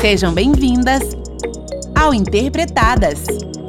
Sejam bem-vindas ao Interpretadas.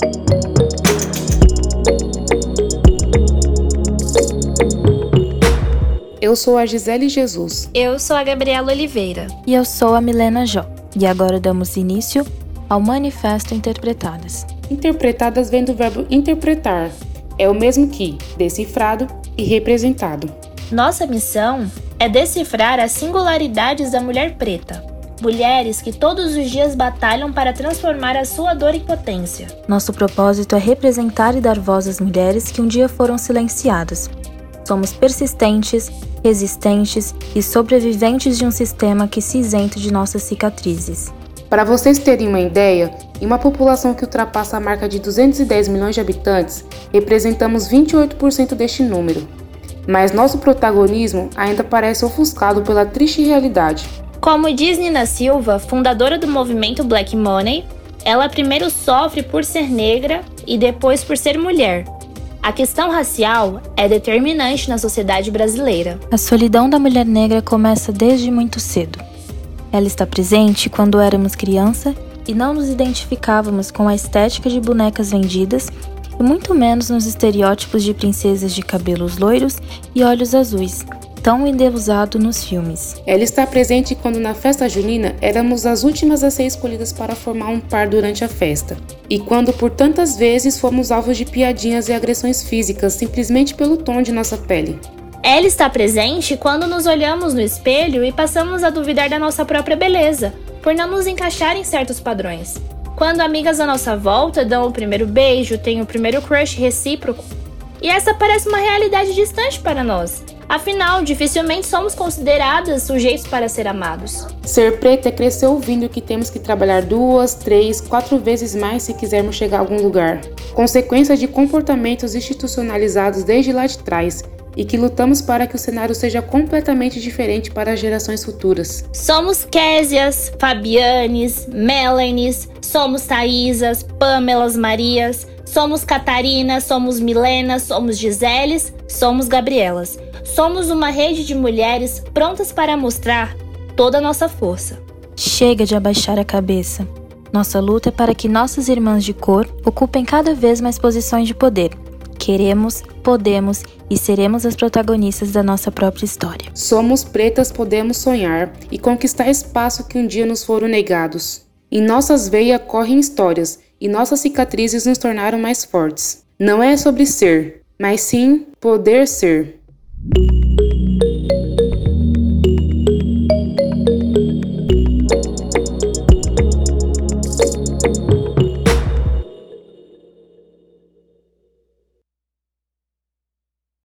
Eu sou a Gisele Jesus. Eu sou a Gabriela Oliveira. E eu sou a Milena Jó. E agora damos início ao Manifesto Interpretadas. Interpretadas vem do verbo interpretar. É o mesmo que decifrado e representado. Nossa missão é decifrar as singularidades da mulher preta. Mulheres que todos os dias batalham para transformar a sua dor em potência. Nosso propósito é representar e dar voz às mulheres que um dia foram silenciadas. Somos persistentes, resistentes e sobreviventes de um sistema que se isenta de nossas cicatrizes. Para vocês terem uma ideia, em uma população que ultrapassa a marca de 210 milhões de habitantes, representamos 28% deste número. Mas nosso protagonismo ainda parece ofuscado pela triste realidade. Como diz Nina Silva, fundadora do movimento Black Money, ela primeiro sofre por ser negra e depois por ser mulher. A questão racial é determinante na sociedade brasileira. A solidão da mulher negra começa desde muito cedo. Ela está presente quando éramos criança e não nos identificávamos com a estética de bonecas vendidas e muito menos nos estereótipos de princesas de cabelos loiros e olhos azuis, tão endeusado nos filmes. Ela está presente quando na festa junina éramos as últimas a ser escolhidas para formar um par durante a festa. E quando por tantas vezes fomos alvos de piadinhas e agressões físicas simplesmente pelo tom de nossa pele. Ela está presente quando nos olhamos no espelho e passamos a duvidar da nossa própria beleza, por não nos encaixar em certos padrões. Quando amigas à nossa volta dão o primeiro beijo, têm o primeiro crush recíproco. E essa parece uma realidade distante para nós. Afinal, dificilmente somos consideradas sujeitos para ser amados. Ser preta é crescer ouvindo que temos que trabalhar 2, 3, 4 vezes mais se quisermos chegar a algum lugar. Consequência de comportamentos institucionalizados desde lá de trás e que lutamos para que o cenário seja completamente diferente para as gerações futuras. Somos Késias, Fabianes, Melanes, somos Thaísas, Pamelas, Marias, somos Catarinas, somos Milenas, somos Giseles, somos Gabrielas. Somos uma rede de mulheres prontas para mostrar toda a nossa força. Chega de abaixar a cabeça. Nossa luta é para que nossas irmãs de cor ocupem cada vez mais posições de poder. Queremos, podemos e seremos as protagonistas da nossa própria história. Somos pretas, podemos sonhar e conquistar espaço que um dia nos foram negados. Em nossas veias correm histórias e nossas cicatrizes nos tornaram mais fortes. Não é sobre ser, mas sim poder ser.